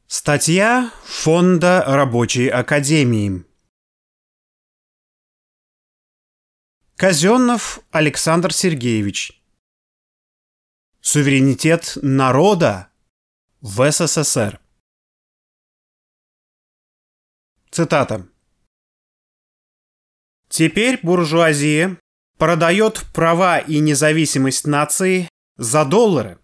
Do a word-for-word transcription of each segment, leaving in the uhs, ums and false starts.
Статья Фонда Рабочей Академии. Казенов Александр Сергеевич. Суверенитет народа в СССР. Цитата. «Теперь буржуазия продает права и независимость нации за доллары.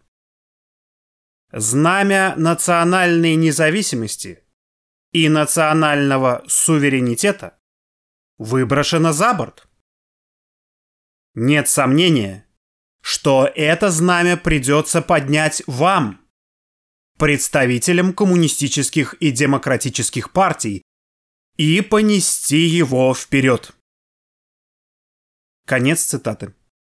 Знамя национальной независимости и национального суверенитета выброшено за борт. Нет сомнения, что это знамя придется поднять вам, представителям коммунистических и демократических партий, и понести его вперед». Конец цитаты.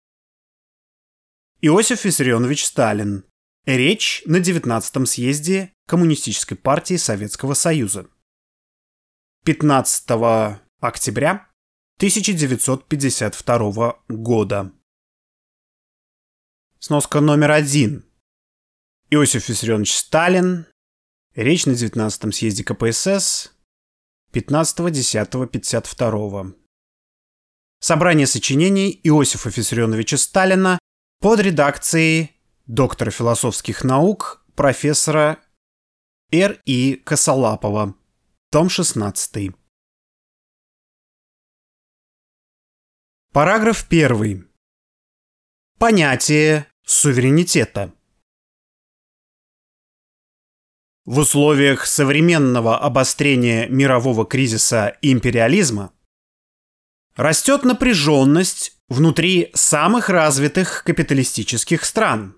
Иосиф Виссарионович Сталин. Речь на девятнадцатом съезде Коммунистической партии Советского Союза. пятнадцатого октября тысяча девятьсот пятьдесят второго года. Сноска номер один. Иосиф Виссарионович Сталин. Речь на девятнадцатом съезде ка пэ эс эс пятнадцатого десятого пятьдесят второго. Собрание сочинений Иосифа Виссарионовича Сталина под редакцией доктора философских наук профессора эр и Косолапова. Том шестнадцатый. Параграф первый. Понятие суверенитета. В условиях современного обострения мирового кризиса империализма растет напряженность внутри самых развитых капиталистических стран.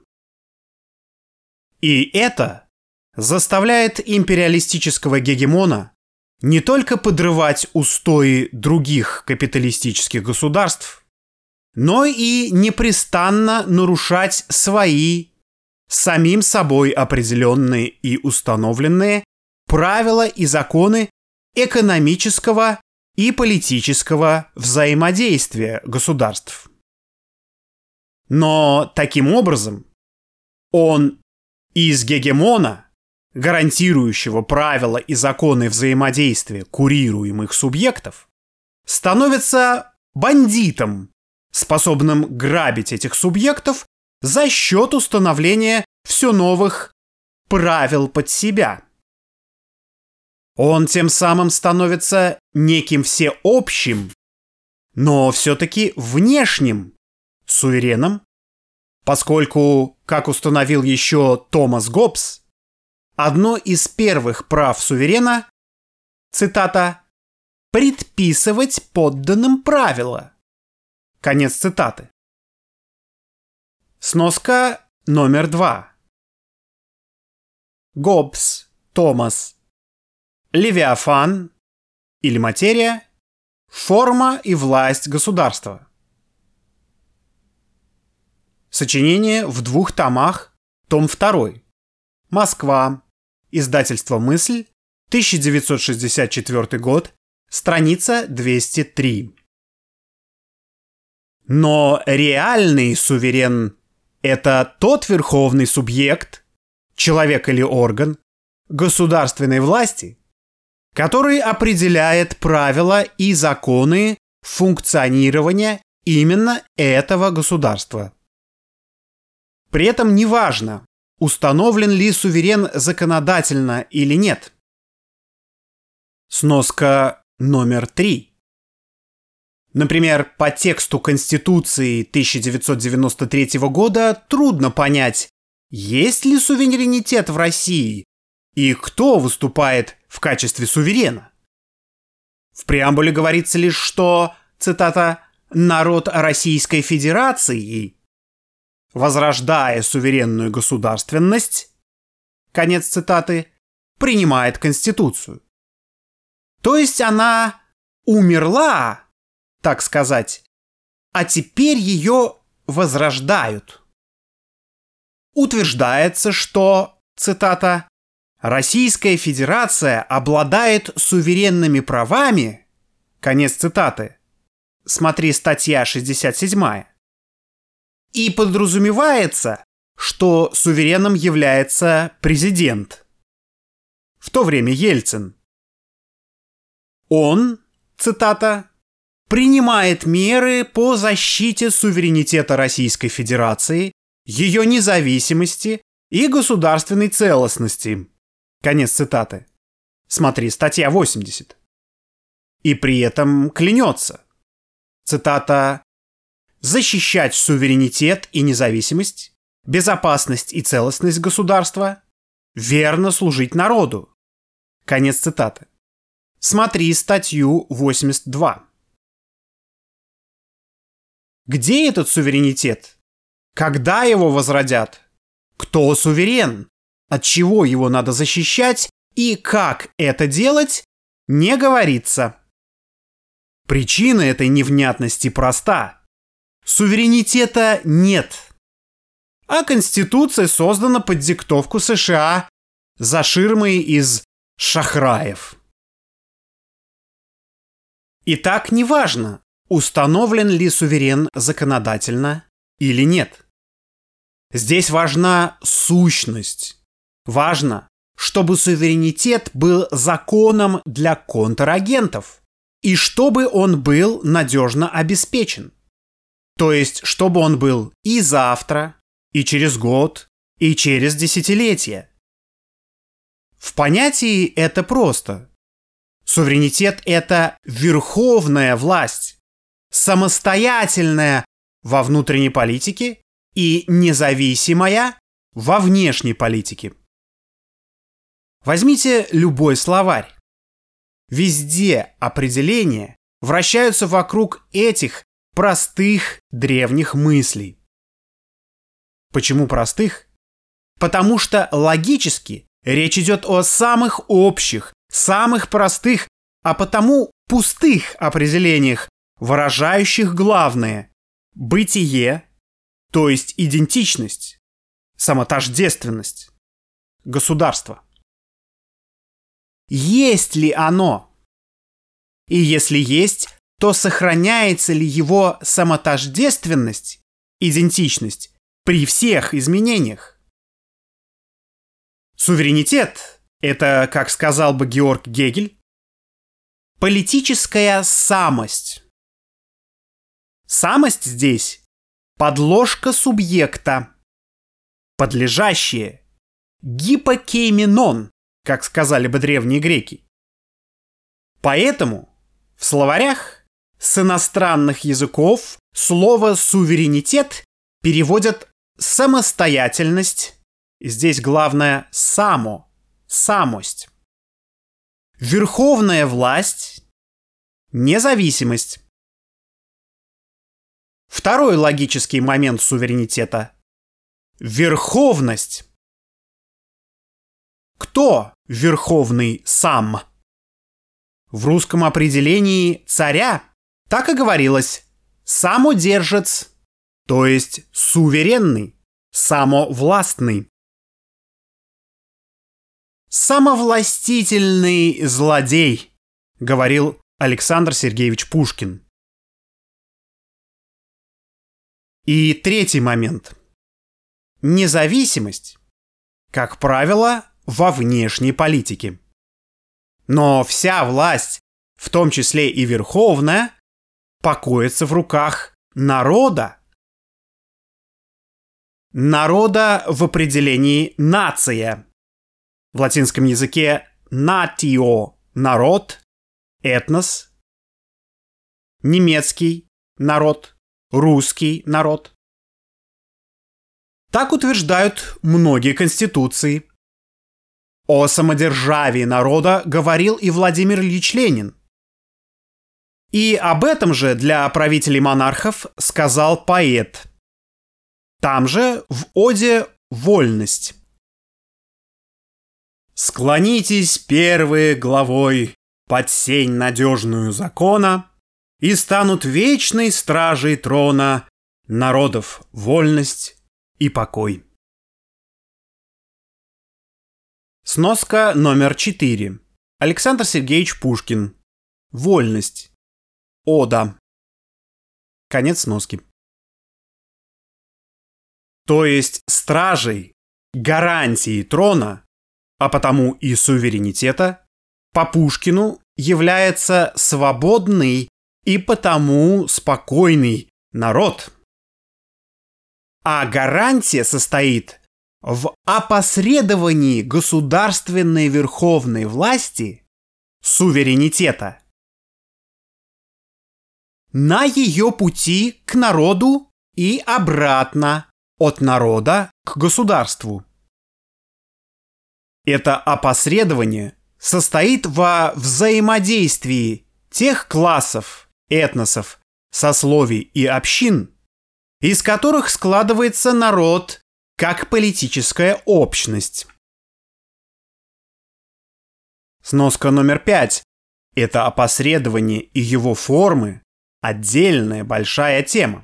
И это заставляет империалистического гегемона не только подрывать устои других капиталистических государств, но и непрестанно нарушать свои, самим собой определенные и установленные правила и законы экономического и политического взаимодействия государств. Но таким образом он из гегемона, гарантирующего правила и законы взаимодействия курируемых субъектов, становится бандитом, способным грабить этих субъектов за счет установления все новых правил под себя. Он тем самым становится неким всеобщим, но все-таки внешним сувереном, поскольку, как установил еще Томас Гоббс, одно из первых прав суверена, цитата, «предписывать подданным правила». Конец цитаты. Сноска номер два. Гоббс, Томас. Левиафан или материя, форма и власть государства. Сочинение в двух томах, том второй. Москва. Издательство «Мысль», тысяча девятьсот шестьдесят четвёртый год, страница двести три. Но реальный суверен – это тот верховный субъект, человек или орган, государственной власти, который определяет правила и законы функционирования именно этого государства. При этом неважно, установлен ли суверен законодательно или нет. Сноска номер три. Например, по тексту Конституции тысяча девятьсот девяносто третьего года трудно понять, есть ли суверенитет в России и кто выступает в качестве суверена. В преамбуле говорится лишь, что, цитата, «народ Российской Федерации, возрождая суверенную государственность», конец цитаты, принимает Конституцию. То есть она умерла, так сказать, а теперь ее возрождают. Утверждается, что, цитата, «Российская Федерация обладает суверенными правами», конец цитаты, смотри статья шестьдесят седьмая, и подразумевается, что сувереном является президент. в то время Ельцин. Он, цитата, «принимает меры по защите суверенитета Российской Федерации, ее независимости и государственной целостности». Конец цитаты. Смотри, статья восемьдесят. И при этом клянется, цитата, «защищать суверенитет и независимость, безопасность и целостность государства, верно служить народу». Конец цитаты. Смотри статью восемьдесят два. Где этот суверенитет? Когда его возродят? Кто суверен? От чего его надо защищать и как это делать, не говорится. Причина этой невнятности проста. Суверенитета нет. А Конституция создана под диктовку США за ширмой из шахраев. Итак, неважно, установлен ли суверен законодательно или нет. Здесь важна сущность. Важно, чтобы суверенитет был законом для контрагентов и чтобы он был надежно обеспечен. То есть, чтобы он был и завтра, и через год, и через десятилетия. В понятии это просто. Суверенитет – это верховная власть, самостоятельная во внутренней политике и независимая во внешней политике. Возьмите любой словарь. Везде определения вращаются вокруг этих простых древних мыслей. Почему простых? Потому что логически речь идет о самых общих, самых простых, а потому пустых определениях, выражающих главное – бытие, то есть идентичность, самотождественность, государство. Есть ли оно? И если есть, то сохраняется ли его самотождественность, идентичность при всех изменениях? Суверенитет – это, как сказал бы Георг Гегель, политическая самость. Самость здесь – подложка субъекта, подлежащее, гипокейменон, как сказали бы древние греки. Поэтому в словарях с иностранных языков слово «суверенитет» переводят «самостоятельность». Здесь главное «само», «самость». Верховная власть, независимость. Второй логический момент суверенитета – верховность. Кто верховный сам? В русском определении царя так и говорилось «самодержец», то есть суверенный, самовластный. «Самовластительный злодей», говорил Александр Сергеевич Пушкин. И третий момент. Независимость, как правило, во внешней политике. Но вся власть, в том числе и верховная, покоится в руках народа. Народа в определении «нация». В латинском языке «natio» – народ, этнос, немецкий народ, русский народ. Так утверждают многие конституции. О самодержавии народа говорил и Владимир Ильич Ленин. И об этом же для правителей монархов сказал поэт. Там же в оде «Вольность». «Склонитесь первые главой под сень надежную закона, и станут вечной стражей трона народов вольность и покой». Сноска номер четыре. Александр Сергеевич Пушкин. Вольность. Ода. Конец сноски. То есть стражей, гарантии трона а потому и суверенитета, по Пушкину является свободный и потому спокойный народ. А гарантия состоит в опосредовании государственной верховной власти, суверенитета, на ее пути к народу и обратно от народа к государству. Это опосредование состоит во взаимодействии тех классов, этносов, сословий и общин, из которых складывается народ как политическая общность. Сноска номер пять. Это опосредование и его формы – отдельная большая тема.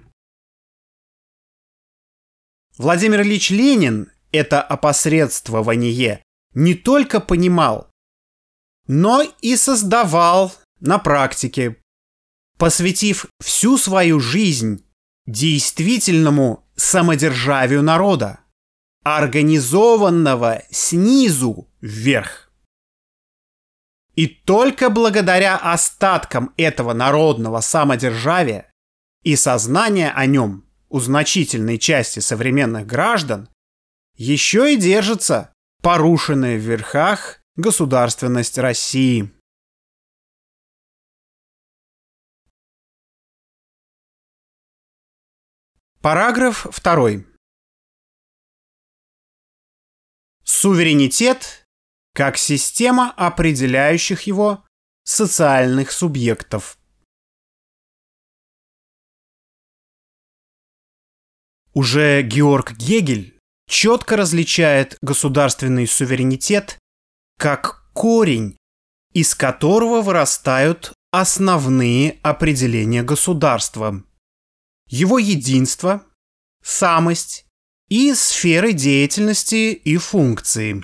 Владимир Ильич Ленин это опосредствование не только понимал, но и создавал на практике, посвятив всю свою жизнь действительному самодержавию народа, организованного снизу вверх. И только благодаря остаткам этого народного самодержавия и сознания о нем у значительной части современных граждан еще и держится порушенная в верхах государственность России. Параграф второй. Суверенитет как система определяющих его социальных субъектов. Уже Георг Гегель четко различает государственный суверенитет как корень, из которого вырастают основные определения государства, его единство, самость и сферы деятельности и функции.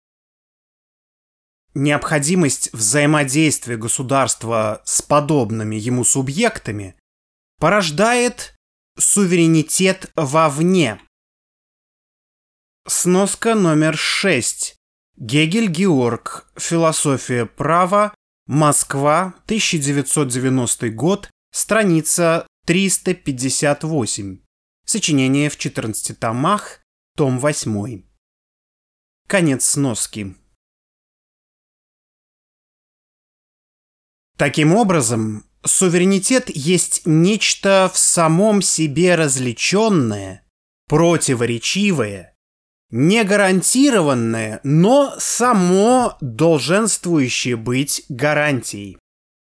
Необходимость взаимодействия государства с подобными ему субъектами порождает суверенитет вовне. Сноска номер шесть. Гегель Георг. Философия права. Москва. тысяча девятьсот девяностый год. Страница триста пятьдесят восемь. Сочинение в четырнадцати томах. Том восьмой. Конец сноски. Таким образом, суверенитет есть нечто в самом себе различенное, противоречивое, негарантированное, но само долженствующее быть гарантией.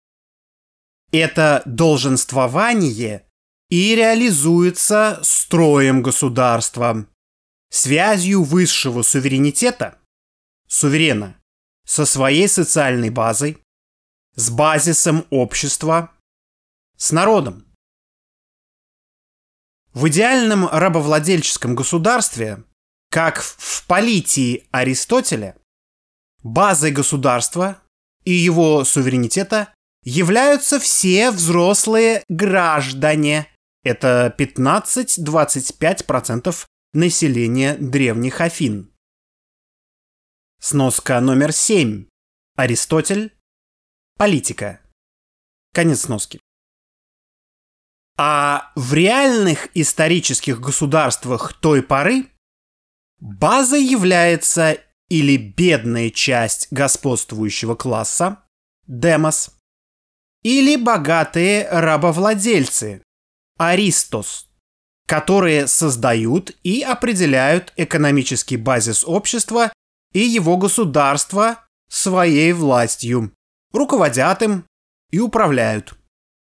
Это долженствование и реализуется строем государства, связью высшего суверенитета, суверена, со своей социальной базой, с базисом общества, с народом. В идеальном рабовладельческом государстве, как в политии Аристотеля, базой государства и его суверенитета являются все взрослые граждане. Это пятнадцать-двадцать пять процентов населения древних Афин. Сноска номер семь. Аристотель. Политика. Конец сноски. А в реальных исторических государствах той поры базой является или бедная часть господствующего класса, демос, или богатые рабовладельцы, аристос, которые создают и определяют экономический базис общества и его государства своей властью, руководят им и управляют.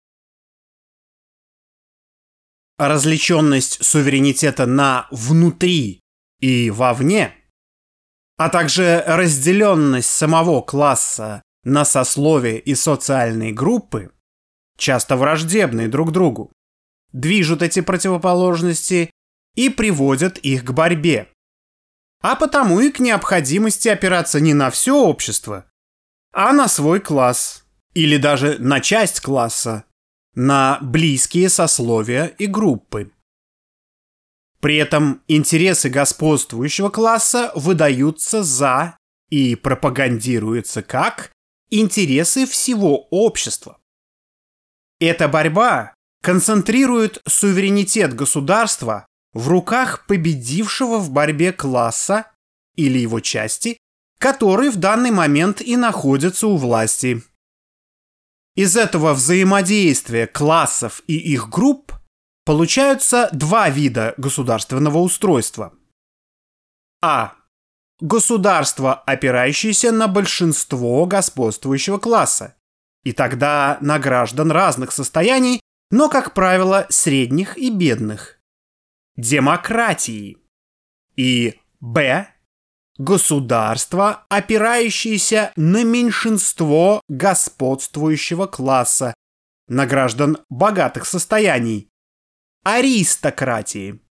Различенность суверенитета на внутри и вовне, а также разделенность самого класса на сословия и социальные группы, часто враждебные друг другу, движут эти противоположности и приводят их к борьбе, а потому и к необходимости опираться не на все общество, а на свой класс, или даже на часть класса, на близкие сословия и группы. При этом интересы господствующего класса выдаются за и пропагандируется как интересы всего общества. Эта борьба концентрирует суверенитет государства в руках победившего в борьбе класса или его части, который в данный момент и находится у власти. Из этого взаимодействия классов и их групп получаются два вида государственного устройства. А. Государство, опирающееся на большинство господствующего класса, и тогда на граждан разных состояний, но, как правило, средних и бедных. Демократии. И Б. Государство, опирающееся на меньшинство господствующего класса, на граждан богатых состояний. Аристократии.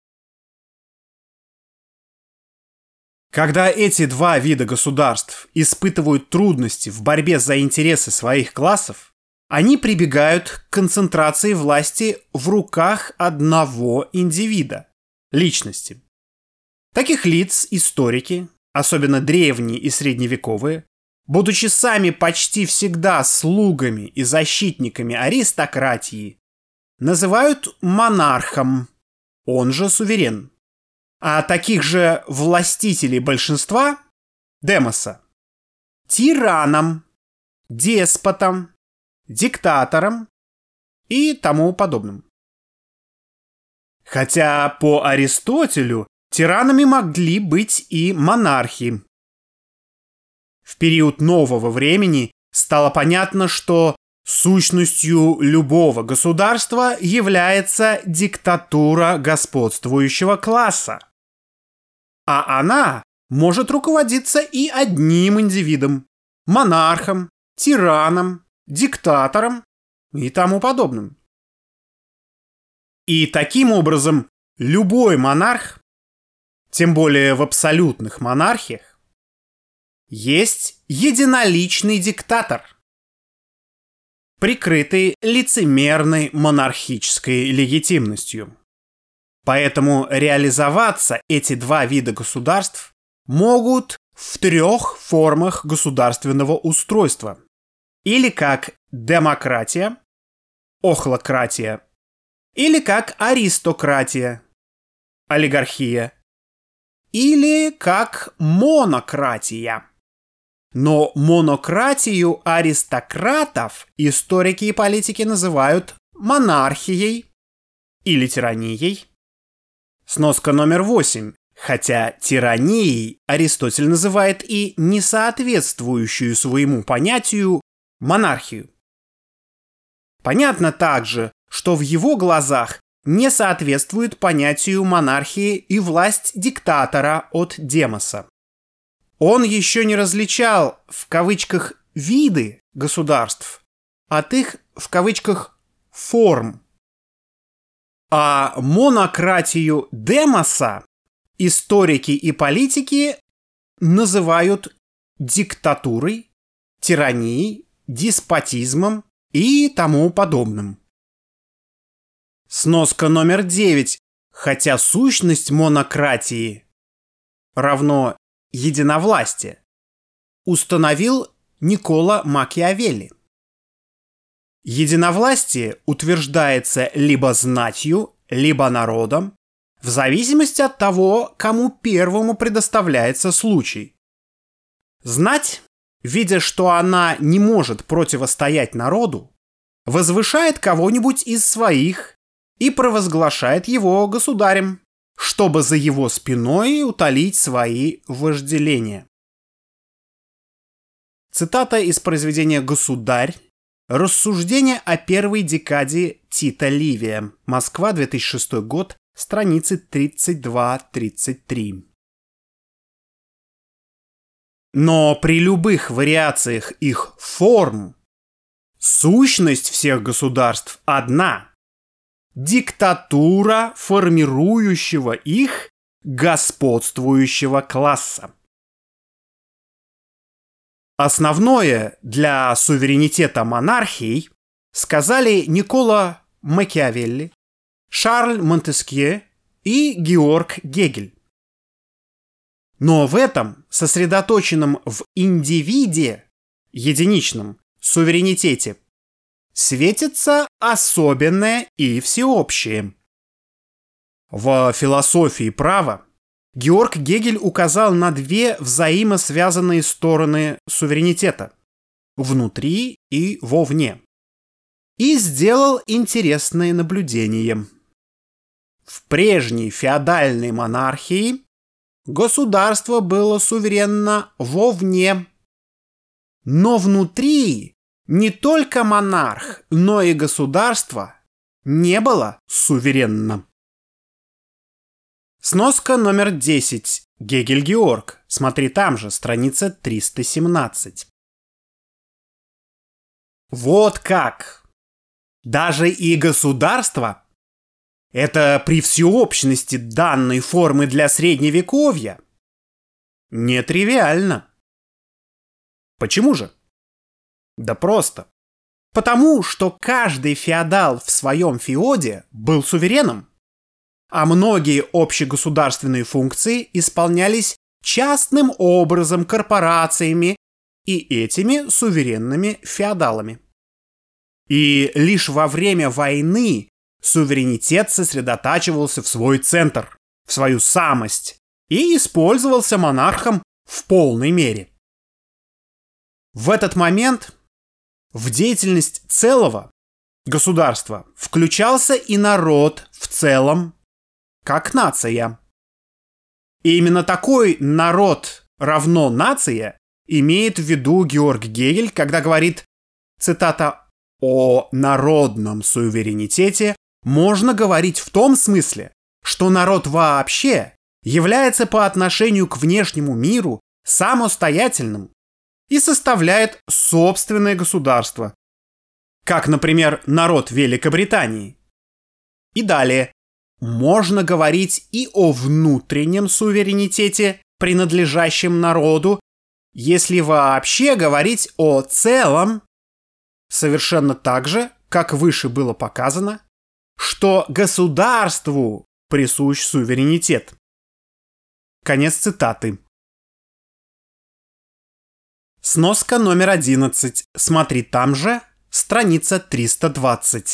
Когда эти два вида государств испытывают трудности в борьбе за интересы своих классов, они прибегают к концентрации власти в руках одного индивида – личности. Таких лиц историки, особенно древние и средневековые, будучи сами почти всегда слугами и защитниками аристократии, называют монархом, он же суверен. А таких же властителей большинства, демоса, тираном, деспотом, диктатором и тому подобным. Хотя по Аристотелю тиранами могли быть и монархи. В период нового времени стало понятно, что сущностью любого государства является диктатура господствующего класса. А она может руководиться и одним индивидом – монархом, тираном, диктатором и тому подобным. И таким образом любой монарх, тем более в абсолютных монархиях, есть единоличный диктатор, прикрытый лицемерной монархической легитимностью. Поэтому реализоваться эти два вида государств могут в трех формах государственного устройства. Или как демократия, охлократия, или как аристократия, олигархия, или как монократия. Но монократию аристократов историки и политики называют монархией или тиранией. Сноска номер восемь. Хотя тиранией Аристотель называет и несоответствующую своему понятию монархию. Понятно также, что в его глазах не соответствует понятию монархии и власть диктатора от демоса. Он еще не различал в кавычках «виды» государств от их в кавычках «форм». А монократию демоса историки и политики называют диктатурой, тиранией, деспотизмом и тому подобным. Сноска номер девять. Хотя сущность монократии равно единовластие, установил Никколо Макиавелли. Единовластие утверждается либо знатью, либо народом, в зависимости от того, кому первому предоставляется случай. Знать, видя, что она не может противостоять народу, возвышает кого-нибудь из своих и провозглашает его государем, чтобы за его спиной утолить свои вожделения. Цитата из произведения «Государь. Рассуждения о первой декаде Тита Ливия. Москва, две тысячи шестой год, страницы тридцать два тридцать три». Но при любых вариациях их форм сущность всех государств одна – диктатура формирующего их господствующего класса. Основное для суверенитета монархий сказали Никколо Макиавелли, Шарль Монтескье и Георг Гегель. Но в этом, сосредоточенном в индивиде, единичном, суверенитете, светится особенное и всеобщее. В философии права Георг Гегель указал на две взаимосвязанные стороны суверенитета – внутри и вовне. И сделал интересное наблюдение. В прежней феодальной монархии государство было суверенно вовне. Но внутри не только монарх, но и государство не было суверенно. Сноска номер десять. Гегель Георг. Смотри там же, страница триста семнадцать. Вот как! Даже и государство – это при всеобщности данной формы для средневековья нетривиально. Почему же? Да просто. Потому что каждый феодал в своем феоде был сувереном, а многие общегосударственные функции исполнялись частным образом корпорациями и этими суверенными феодалами. И лишь во время войны суверенитет сосредотачивался в свой центр, в свою самость, и использовался монархом в полной мере. В этот момент в деятельность целого государства включался и народ в целом, как нация. И именно такой народ равно нация имеет в виду Георг Гегель, когда говорит, цитата, «О народном суверенитете можно говорить в том смысле, что народ вообще является по отношению к внешнему миру самостоятельным и составляет собственное государство, как, например, народ Великобритании». И далее. Можно говорить и о внутреннем суверенитете, принадлежащем народу, если вообще говорить о целом, совершенно так же, как выше было показано, что государству присущ суверенитет. Конец цитаты. Сноска номер одиннадцать. Смотри там же, страница триста двадцать.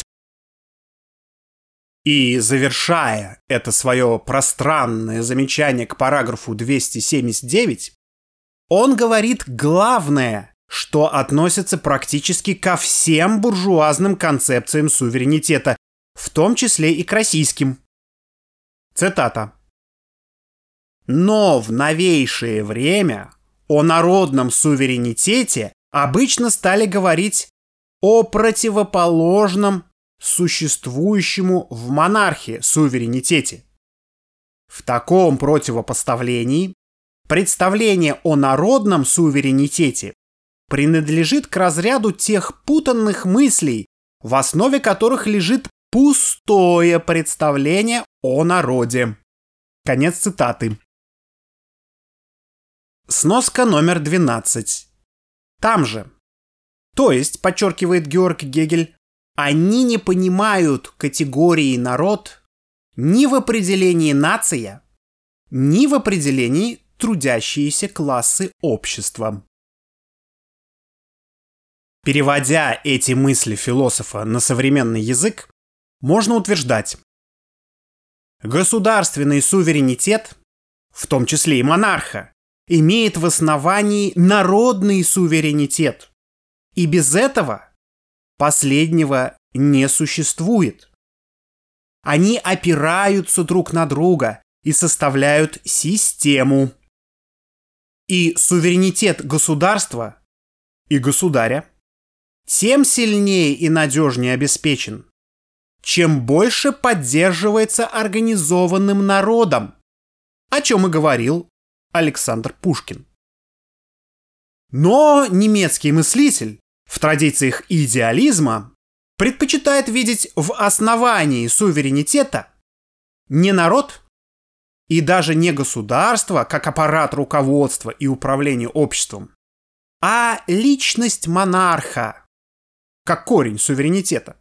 И завершая это свое пространное замечание к параграфу двести семьдесят девять, он говорит главное, что относится практически ко всем буржуазным концепциям суверенитета, в том числе и к российским. Цитата. «Но в новейшее время о народном суверенитете обычно стали говорить о противоположном существующему в монархии суверенитете. В таком противопоставлении представление о народном суверенитете принадлежит к разряду тех путанных мыслей, в основе которых лежит пустое представление о народе». Конец цитаты. Сноска номер двенадцать. Там же. То есть, подчеркивает Георг Гегель, они не понимают категории народ ни в определении нация, ни в определении трудящиеся классы общества. Переводя эти мысли философа на современный язык, можно утверждать: государственный суверенитет, в том числе и монарха, имеет в основании народный суверенитет, и без этого последнего не существует. Они опираются друг на друга и составляют систему. И суверенитет государства и государя тем сильнее и надежнее обеспечен, чем больше поддерживается организованным народом, о чем и говорил Александр Пушкин. Но немецкий мыслитель в традициях идеализма предпочитает видеть в основании суверенитета не народ и даже не государство как аппарат руководства и управления обществом, а личность монарха как корень суверенитета.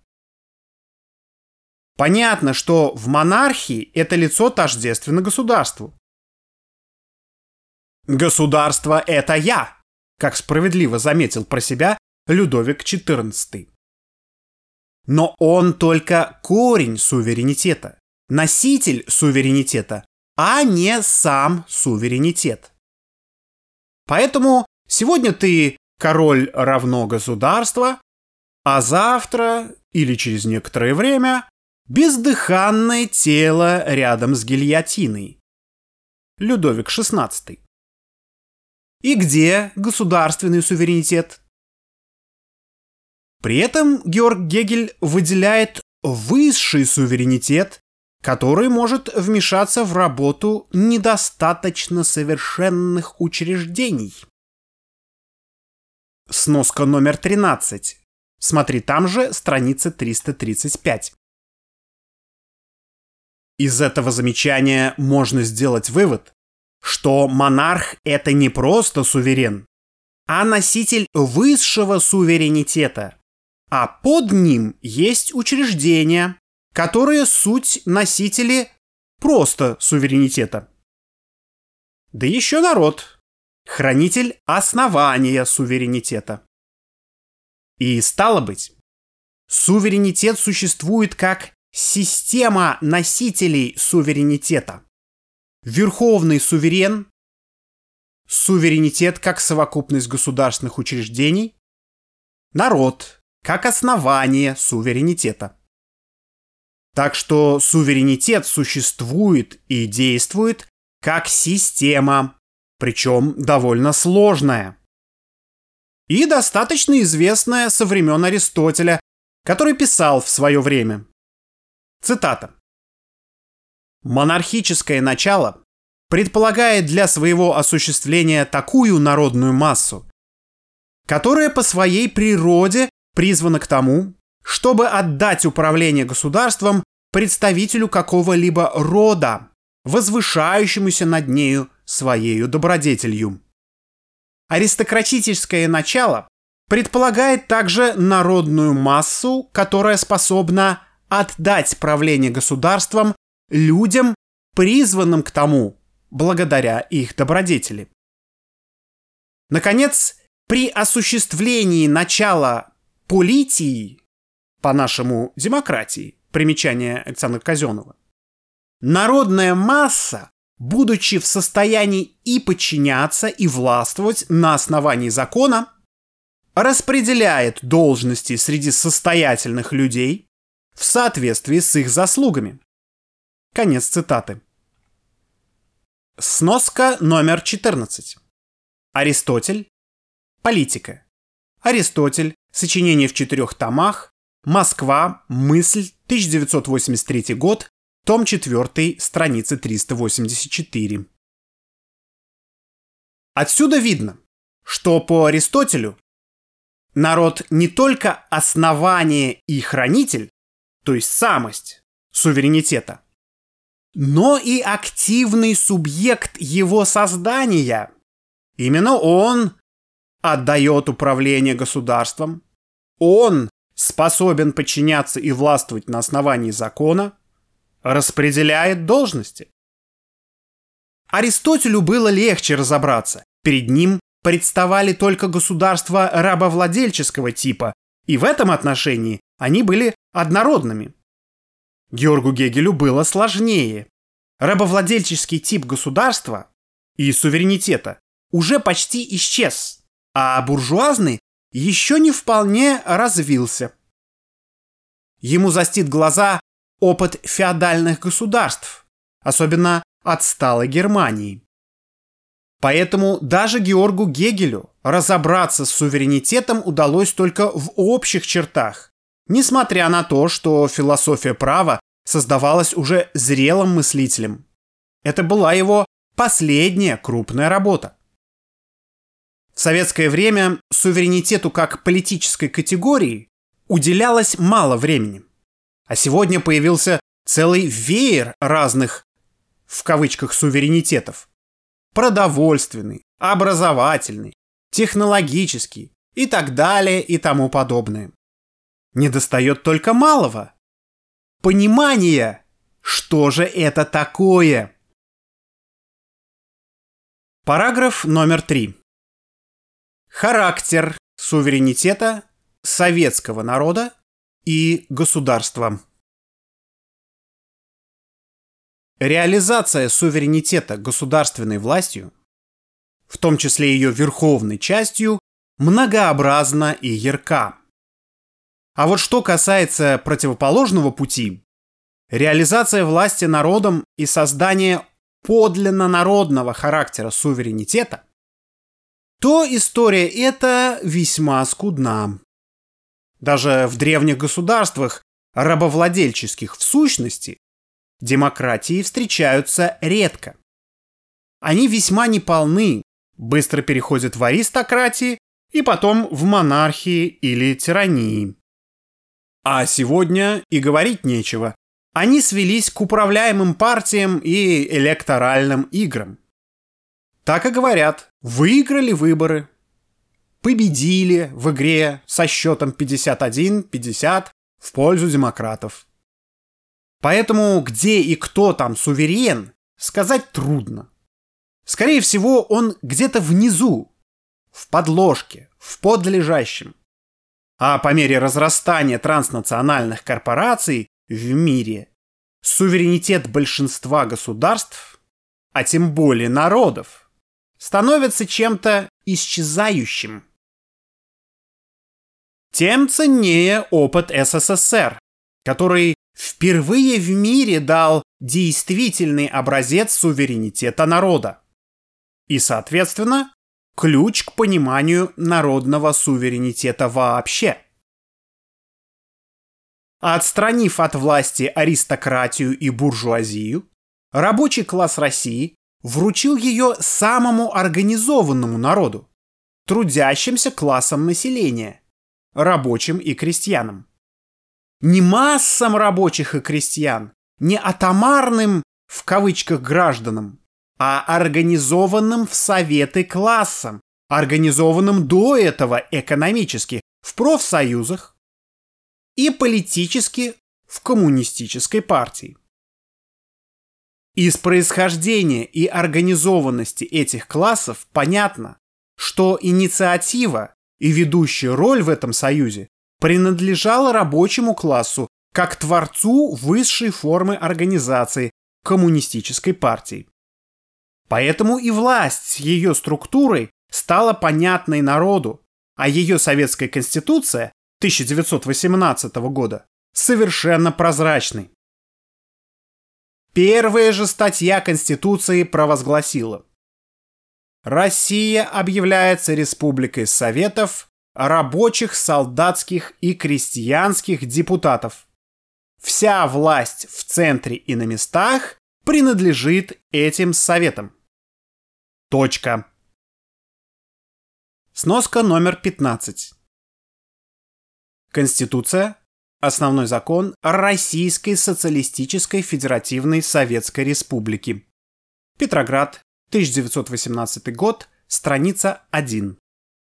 Понятно, что в монархии это лицо тождественно государству. Государство – это я, как справедливо заметил про себя Людовик четырнадцатый. Но он только корень суверенитета, носитель суверенитета, а не сам суверенитет. Поэтому сегодня ты король равно государство, а завтра или через некоторое время бездыханное тело рядом с гильотиной. Людовик шестнадцатый. И где государственный суверенитет? При этом Георг Гегель выделяет высший суверенитет, который может вмешаться в работу недостаточно совершенных учреждений. Сноска номер тринадцать. Смотри, там же страница триста тридцать пять. Из этого замечания можно сделать вывод, что монарх – это не просто суверен, а носитель высшего суверенитета, а под ним есть учреждения, которые суть носители просто суверенитета. Да еще народ – хранитель основания суверенитета. И стало быть, суверенитет существует как система носителей суверенитета. Верховный суверен, суверенитет как совокупность государственных учреждений, народ как основание суверенитета. Так что суверенитет существует и действует как система, причем довольно сложная. И достаточно известная со времен Аристотеля, который писал в свое время. Цитата. «Монархическое начало предполагает для своего осуществления такую народную массу, которая по своей природе призвана к тому, чтобы отдать управление государством представителю какого-либо рода, возвышающемуся над нею своею добродетелью. Аристократическое начало предполагает также народную массу, которая способна отдать правление государством людям, призванным к тому, благодаря их добродетели. Наконец, при осуществлении начала политии, по-нашему демократии, примечание Александра Казенова, народная масса, будучи в состоянии и подчиняться, и властвовать на основании закона, распределяет должности среди состоятельных людей в соответствии с их заслугами. Конец цитаты. Сноска номер четырнадцать. Аристотель. Политика. Аристотель. Сочинение в четырех томах. Москва. Мысль. тысяча девятьсот восемьдесят третий год. Том четвёртый. Страница триста восемьдесят четыре. Отсюда видно, что по Аристотелю народ не только основание и хранитель, то есть самость суверенитета, но и активный субъект его создания. Именно он отдает управление государством, он способен подчиняться и властвовать на основании закона, распределяет должности. Аристотелю было легче разобраться. Перед ним представали только государства рабовладельческого типа, и в этом отношении они были однородными. Георгу Гегелю было сложнее. Рабовладельческий тип государства и суверенитета уже почти исчез, а буржуазный еще не вполне развился. Ему застит глаза опыт феодальных государств, особенно отсталой Германии. Поэтому даже Георгу Гегелю разобраться с суверенитетом удалось только в общих чертах, несмотря на то, что философия права создавалась уже зрелым мыслителем. Это была его последняя крупная работа. В советское время суверенитету как политической категории уделялось мало времени. А сегодня появился целый веер разных, в кавычках, суверенитетов. Продовольственный, образовательный, технологический и так далее и тому подобное. Недостает только малого. Понимания, что же это такое. Параграф номер три. Характер суверенитета советского народа и государства. Реализация суверенитета государственной властью, в том числе ее верховной частью, многообразна и ярка. А вот что касается противоположного пути, реализация власти народом и создание подлинно народного характера суверенитета, то история эта весьма скудна. Даже в древних государствах, рабовладельческих в сущности, демократии встречаются редко. Они весьма неполны, быстро переходят в аристократии и потом в монархии или тирании. А сегодня и говорить нечего. Они свелись к управляемым партиям и электоральным играм. Так и говорят, выиграли выборы, победили в игре со счетом пятьдесят один пятьдесят в пользу демократов. Поэтому где и кто там суверен, сказать трудно. Скорее всего, он где-то внизу, в подложке, в подлежащем. А по мере разрастания транснациональных корпораций в мире суверенитет большинства государств, а тем более народов, становится чем-то исчезающим. Тем ценнее опыт эс эс эс эр, который впервые в мире дал действительный образец суверенитета народа и, соответственно, ключ к пониманию народного суверенитета вообще. Отстранив от власти аристократию и буржуазию, рабочий класс России вручил ее самому организованному народу, трудящимся классам населения, рабочим и крестьянам. Не массам рабочих и крестьян, не атомарным, в кавычках, гражданам, а организованным в советы классам, организованным до этого экономически в профсоюзах и политически в коммунистической партии. Из происхождения и организованности этих классов понятно, что инициатива и ведущая роль в этом союзе принадлежала рабочему классу как творцу высшей формы организации коммунистической партии. Поэтому и власть с ее структурой стала понятной народу, а ее советская конституция тысяча девятьсот восемнадцатого года совершенно прозрачной. Первая же статья Конституции провозгласила: Россия объявляется республикой советов, рабочих, солдатских и крестьянских депутатов. Вся власть в центре и на местах принадлежит этим советам. Точка. Сноска номер пятнадцать. Конституция – основной закон Российской Социалистической Федеративной Советской Республики. Петроград, тысяча девятьсот восемнадцатый год, страница один.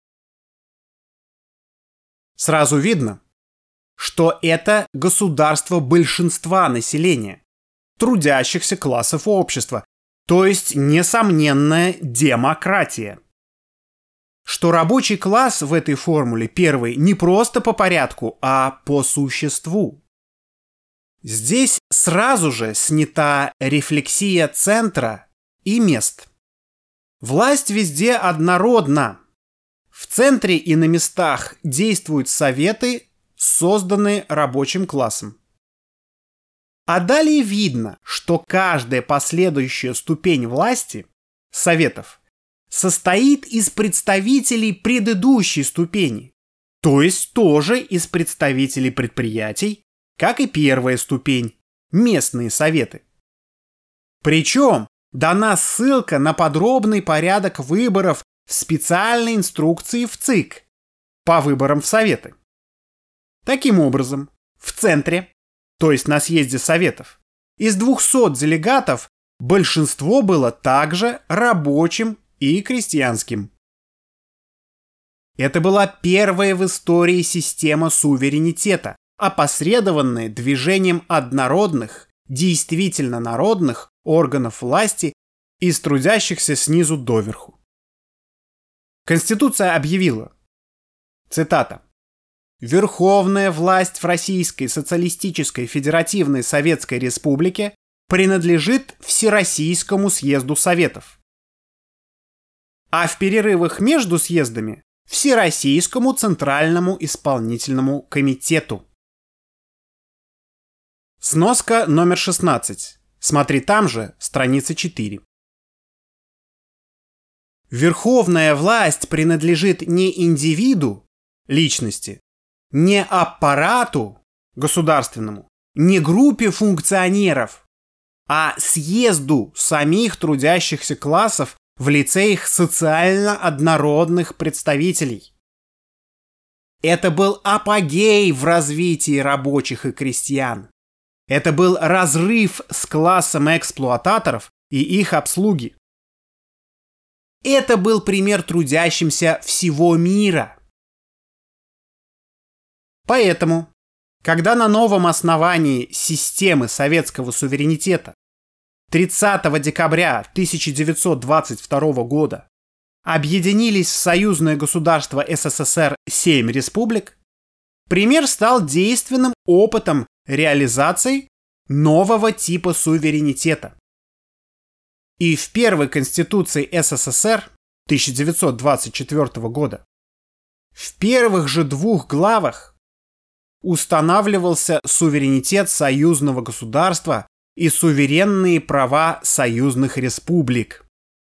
Сразу видно, что это государство большинства населения, трудящихся классов общества, то есть несомненная демократия. Что рабочий класс в этой формуле первый не просто по порядку, а по существу. Здесь сразу же снята рефлексия центра и мест. Власть везде однородна. В центре и на местах действуют советы, созданные рабочим классом. А далее видно, что каждая последующая ступень власти, советов, состоит из представителей предыдущей ступени, то есть тоже из представителей предприятий, как и первая ступень – местные советы. Причем дана ссылка на подробный порядок выборов в специальной инструкции в ЦИК по выборам в советы. Таким образом, в центре, то есть на съезде советов, из двухсот делегатов большинство было также рабочим и крестьянским. Это была первая в истории система суверенитета, опосредованная движением однородных, действительно народных органов власти из трудящихся снизу доверху. Конституция объявила, цитата, «Верховная власть в Российской Социалистической Федеративной Советской Республике принадлежит Всероссийскому съезду Советов, а в перерывах между съездами – Всероссийскому Центральному Исполнительному Комитету». Сноска номер шестнадцать. Смотри там же, страница четыре. Верховная власть принадлежит не индивиду, личности, не аппарату государственному, не группе функционеров, а съезду самих трудящихся классов в лице их социально однородных представителей. Это был апогей в развитии рабочих и крестьян. Это был разрыв с классом эксплуататоров и их обслуги. Это был пример трудящимся всего мира. Поэтому, когда на новом основании системы советского суверенитета тридцатого декабря тысяча девятьсот двадцать второго года объединились в союзное государство СССР семь республик, пример стал действенным опытом реализации нового типа суверенитета. И в первой Конституции СССР тысяча девятьсот двадцать четвёртого года в первых же двух главах устанавливался суверенитет союзного государства и суверенные права союзных республик.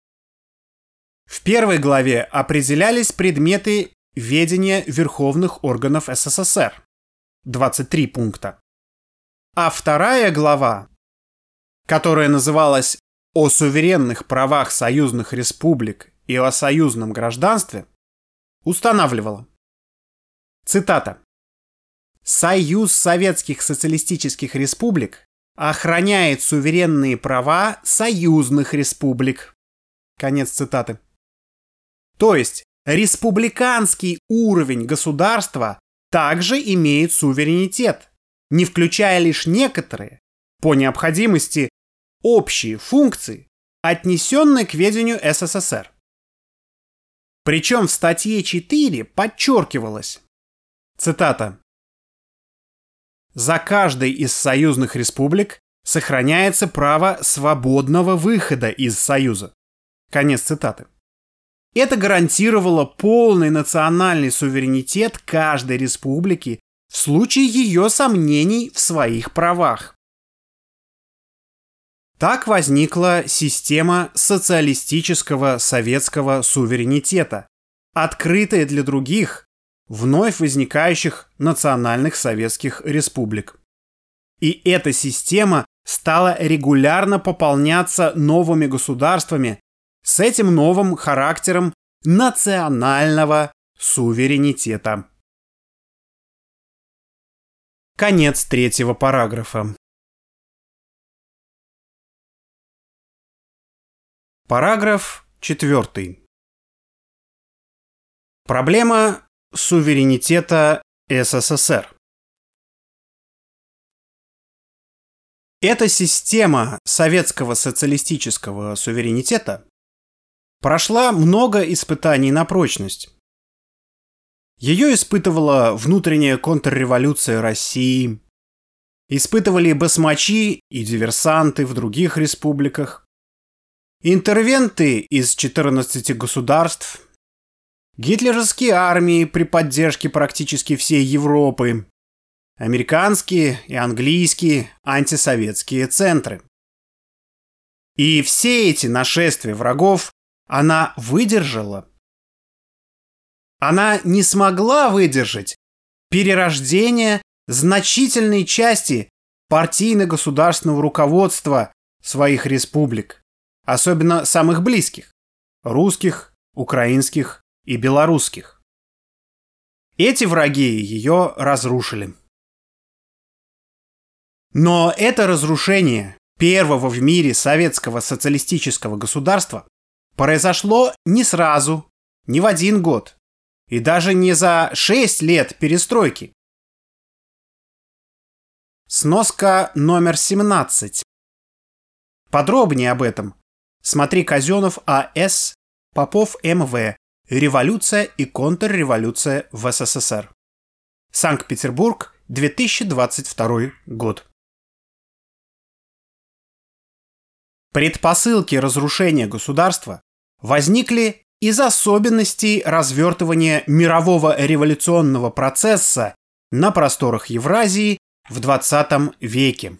В первой главе определялись предметы ведения верховных органов СССР – двадцать три пункта. А вторая глава, которая называлась «О суверенных правах союзных республик и о союзном гражданстве», устанавливала, цитата, «Союз Советских Социалистических Республик охраняет суверенные права союзных республик». Конец цитаты. То есть, республиканский уровень государства также имеет суверенитет, не включая лишь некоторые, по необходимости, общие функции, отнесенные к ведению СССР. Причем в статье четыре подчеркивалось, цитата, «За каждой из союзных республик сохраняется право свободного выхода из Союза». Конец цитаты. Это гарантировало полный национальный суверенитет каждой республики в случае ее сомнений в своих правах. Так возникла система социалистического советского суверенитета, открытая для других, вновь возникающих национальных советских республик. И эта система стала регулярно пополняться новыми государствами с этим новым характером национального суверенитета. Конец третьего параграфа. Параграф четвертый. Проблема суверенитета СССР. Эта система советского социалистического суверенитета прошла много испытаний на прочность. Ее испытывала внутренняя контрреволюция России, испытывали басмачи и диверсанты в других республиках, интервенты из четырнадцати государств, гитлеровские армии при поддержке практически всей Европы, американские и английские антисоветские центры. И все эти нашествия врагов она выдержала. Она не смогла выдержать перерождение значительной части партийно-государственного руководства своих республик, особенно самых близких – русских, украинских и белорусских. Эти враги ее разрушили. Но это разрушение первого в мире советского социалистического государства произошло не сразу, не в один год, и даже не за шесть лет перестройки. Сноска номер семнадцать. Подробнее об этом смотри Казенов А С, Попов М В. Революция и контрреволюция в СССР. Санкт-Петербург, две тысячи двадцать второй год. Предпосылки разрушения государства возникли из особенностей развертывания мирового революционного процесса на просторах Евразии в двадцатом веке.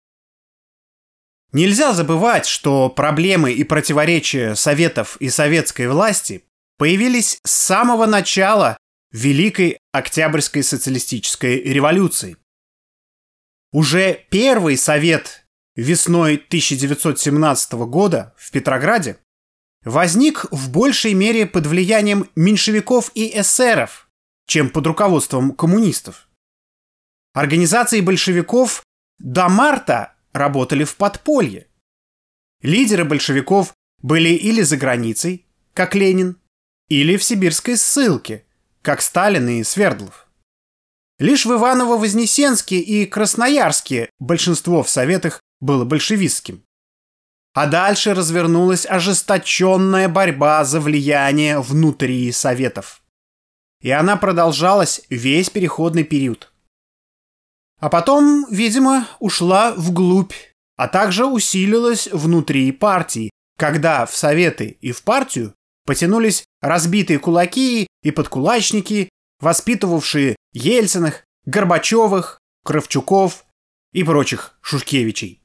Нельзя забывать, что проблемы и противоречия Советов и советской власти появились с самого начала Великой Октябрьской социалистической революции. Уже первый Совет весной тысяча девятьсот семнадцатого года в Петрограде возник в большей мере под влиянием меньшевиков и эсеров, чем под руководством коммунистов. Организации большевиков до марта работали в подполье. Лидеры большевиков были или за границей, как Ленин, или в сибирской ссылке, как Сталин и Свердлов. Лишь в Иваново-Вознесенске и Красноярске большинство в Советах было большевистским. А дальше развернулась ожесточенная борьба за влияние внутри Советов. И она продолжалась весь переходный период. А потом, видимо, ушла вглубь, а также усилилась внутри партии, когда в Советы и в партию потянулись разбитые кулаки и подкулачники, воспитывавшие Ельциных, Горбачевых, Кравчуков и прочих Шушкевичей.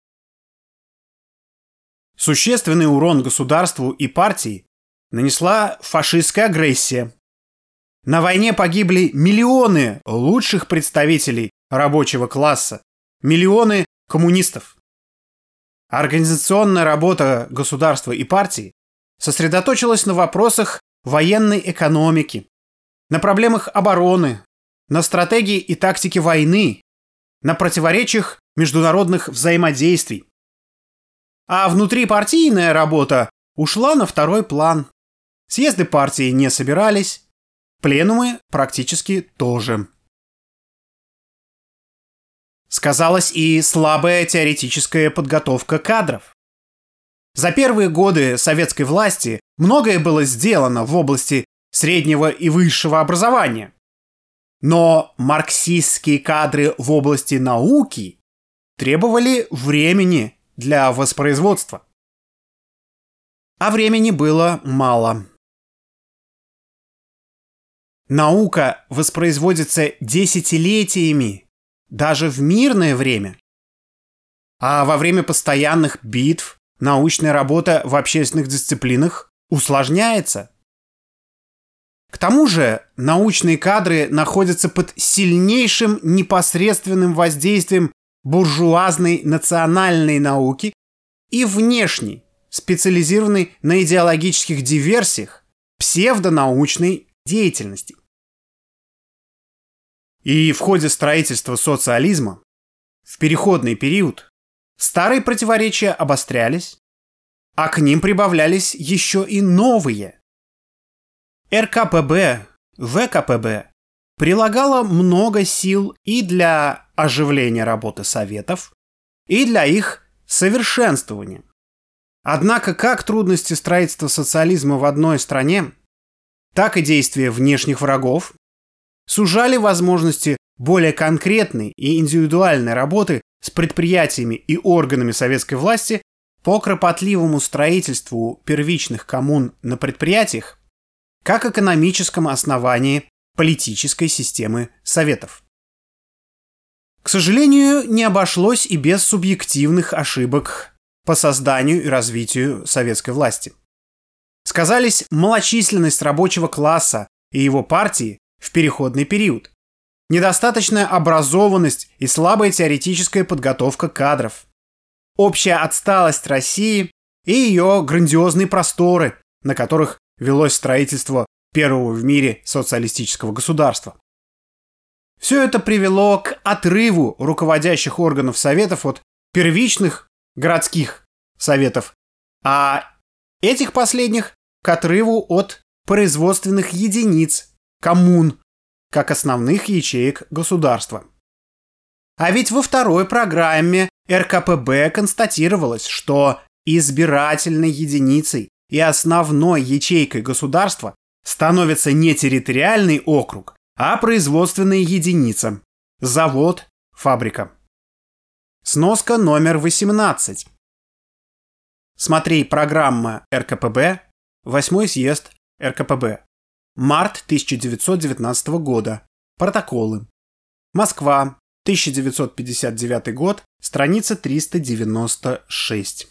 Существенный урон государству и партии нанесла фашистская агрессия. На войне погибли миллионы лучших представителей рабочего класса, миллионы коммунистов. Организационная работа государства и партии сосредоточилась на вопросах военной экономики, на проблемах обороны, на стратегии и тактике войны, на противоречиях международных взаимодействий. А внутрипартийная работа ушла на второй план. Съезды партии не собирались, пленумы практически тоже. Сказалась и слабая теоретическая подготовка кадров. За первые годы советской власти многое было сделано в области среднего и высшего образования. Но марксистские кадры в области науки требовали времени для воспроизводства. А времени было мало. Наука воспроизводится десятилетиями, даже в мирное время. А во время постоянных битв научная работа в общественных дисциплинах усложняется. К тому же научные кадры находятся под сильнейшим непосредственным воздействием буржуазной национальной науки и внешней, специализированной на идеологических диверсиях, псевдонаучной деятельности. И в ходе строительства социализма в переходный период старые противоречия обострялись, а к ним прибавлялись еще и новые. эр ка пэ бэ, вэ ка пэ бэ прилагало много сил и для оживления работы Советов, и для их совершенствования. Однако как трудности строительства социализма в одной стране, так и действия внешних врагов сужали возможности более конкретной и индивидуальной работы с предприятиями и органами советской власти по кропотливому строительству первичных коммун на предприятиях как экономическом основании политической системы Советов. К сожалению, не обошлось и без субъективных ошибок по созданию и развитию советской власти. Сказались малочисленность рабочего класса и его партии в переходный период, недостаточная образованность и слабая теоретическая подготовка кадров, общая отсталость России и ее грандиозные просторы, на которых велось строительство первого в мире социалистического государства. Все это привело к отрыву руководящих органов Советов от первичных городских Советов, а этих последних к отрыву от производственных единиц, коммун, как основных ячеек государства. А ведь во второй программе эр ка пэ бэ констатировалось, что избирательной единицей и основной ячейкой государства становится не территориальный округ, а производственная единица – завод, фабрика. Сноска номер восемнадцать. Смотри программа эр ка пэ бэ, восьмой съезд эр ка пэ бэ. Март тысяча девятьсот девятнадцатого года. Протоколы. Москва, тысяча девятьсот пятьдесят девятый год, страница триста девяносто шесть.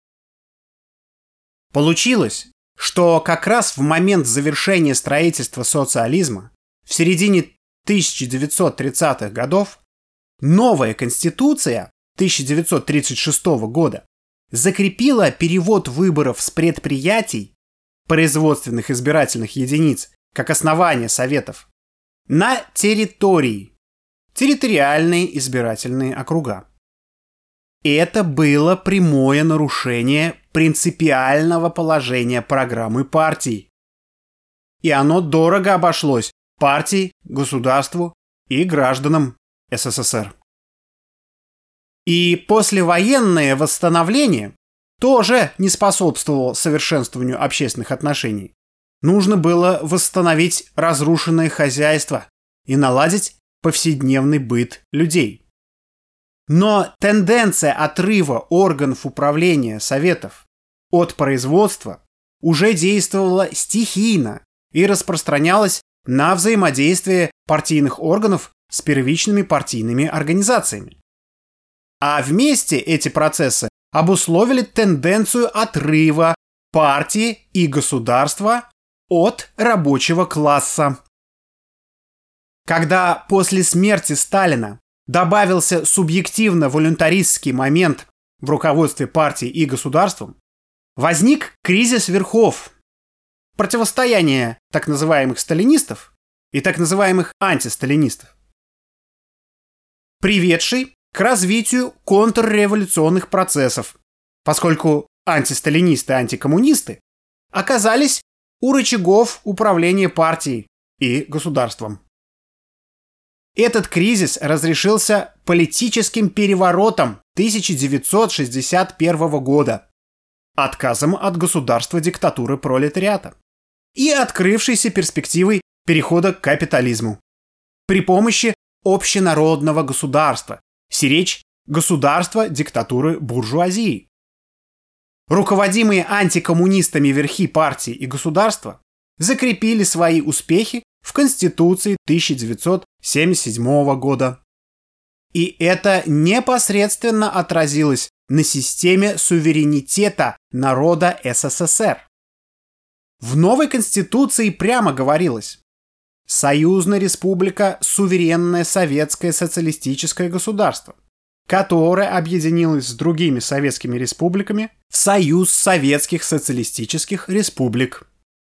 Получилось, что как раз в момент завершения строительства социализма, в середине тысяча девятьсот тридцатых годов, новая Конституция тысяча девятьсот тридцать шестого года закрепила перевод выборов с предприятий, производственных избирательных единиц, как основание советов, на территории, территориальные избирательные округа. Это было прямое нарушение принципиального положения программы партий. И оно дорого обошлось партии, государству и гражданам эс эс эс эр. И послевоенное восстановление тоже не способствовало совершенствованию общественных отношений. Нужно было восстановить разрушенное хозяйство и наладить повседневный быт людей. Но тенденция отрыва органов управления советов от производства уже действовала стихийно и распространялась на взаимодействие партийных органов с первичными партийными организациями. А вместе эти процессы обусловили тенденцию отрыва партии и государства от рабочего класса. Когда после смерти Сталина добавился субъективно-волюнтаристский момент в руководстве партией и государством, возник кризис верхов, противостояние так называемых сталинистов и так называемых антисталинистов, приведший к развитию контрреволюционных процессов, поскольку антисталинисты и антикоммунисты оказались у рычагов управления партией и государством. Этот кризис разрешился политическим переворотом тысяча девятьсот шестьдесят первого года, отказом от государства диктатуры пролетариата и открывшейся перспективой перехода к капитализму при помощи общенародного государства, сиречь государства диктатуры буржуазии. Руководимые антикоммунистами верхи партии и государства закрепили свои успехи в Конституции тысяча девятьсот семьдесят седьмого года. И это непосредственно отразилось на системе суверенитета народа эс эс эс эр. В новой Конституции прямо говорилось: Союзная республика – суверенное советское социалистическое государство, которое объединилось с другими советскими республиками в Союз Советских Социалистических Республик.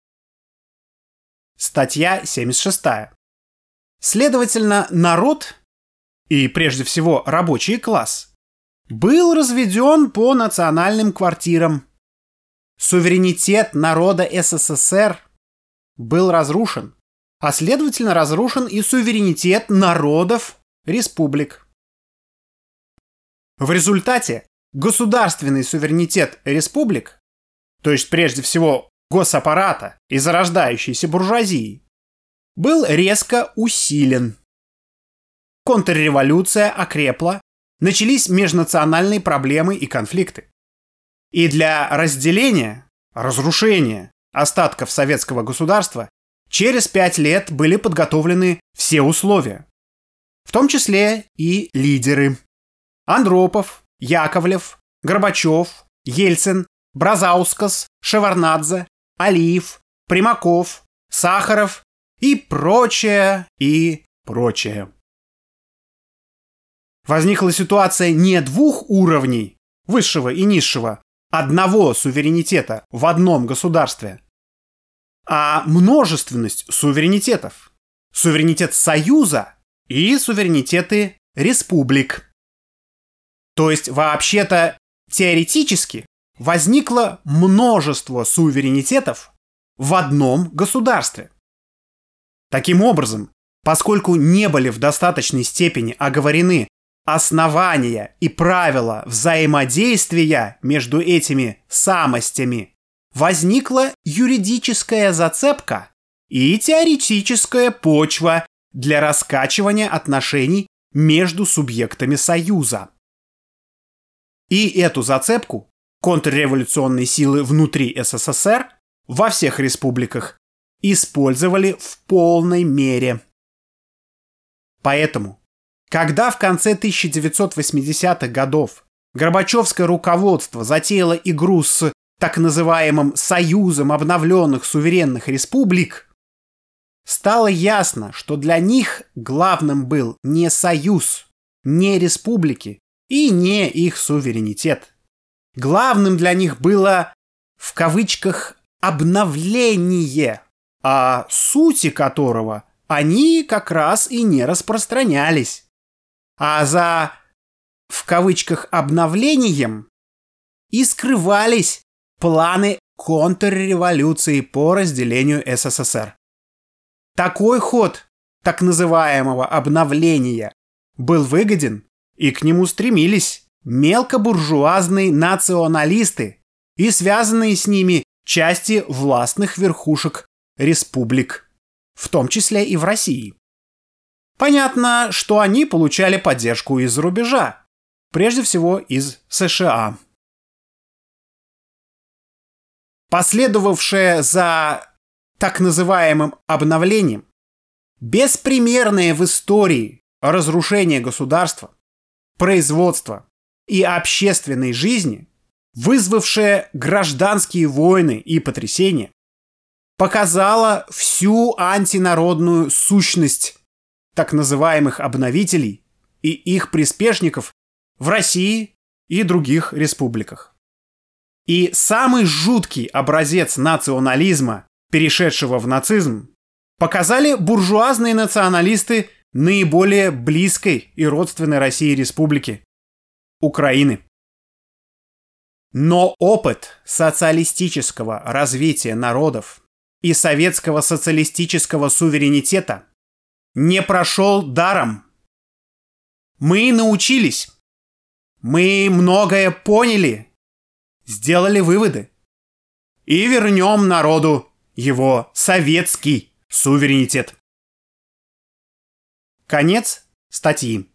Статья семьдесят шестая. Следовательно, народ, и прежде всего рабочий класс, был разведен по национальным квартирам. Суверенитет народа эс эс эс эр был разрушен, а следовательно разрушен и суверенитет народов республик. В результате государственный суверенитет республик, то есть прежде всего госаппарата и зарождающейся буржуазии, был резко усилен. Контрреволюция окрепла, начались межнациональные проблемы и конфликты. И для разделения, разрушения остатков советского государства через пять лет были подготовлены все условия, в том числе и лидеры. Андропов, Яковлев, Горбачев, Ельцин, Бразаускас, Шеварднадзе, Алиев, Примаков, Сахаров и прочее, и прочее. Возникла ситуация не двух уровней, высшего и низшего, одного суверенитета в одном государстве, а множественность суверенитетов. Суверенитет Союза и суверенитеты республик. То есть, вообще-то, теоретически возникло множество суверенитетов в одном государстве. Таким образом, поскольку не были в достаточной степени оговорены основания и правила взаимодействия между этими самостями, возникла юридическая зацепка и теоретическая почва для раскачивания отношений между субъектами Союза. И эту зацепку контрреволюционные силы внутри СССР во всех республиках использовали в полной мере. Поэтому, когда в конце тысяча девятьсот восьмидесятых годов горбачевское руководство затеяло игру с так называемым «Союзом обновленных суверенных республик», стало ясно, что для них главным был не союз, не республики и не их суверенитет. Главным для них было, в кавычках, «обновление», о сути которого они как раз и не распространялись. А за, в кавычках, «обновлением» и скрывались планы контрреволюции по разделению СССР. Такой ход так называемого обновления был выгоден, и к нему стремились мелкобуржуазные националисты и связанные с ними части властных верхушек республик, в том числе и в России. Понятно, что они получали поддержку из-за рубежа, прежде всего из США. Последовавшее за так называемым обновлением беспримерное в истории разрушение государства, производства и общественной жизни, вызвавшее гражданские войны и потрясения, показало всю антинародную сущность так называемых обновителей и их приспешников в России и других республиках. И самый жуткий образец национализма, перешедшего в нацизм, показали буржуазные националисты наиболее близкой и родственной России республики – Украины. Но опыт социалистического развития народов и советского социалистического суверенитета не прошел даром. Мы научились, мы многое поняли, сделали выводы и вернем народу его советский суверенитет. Конец статьи.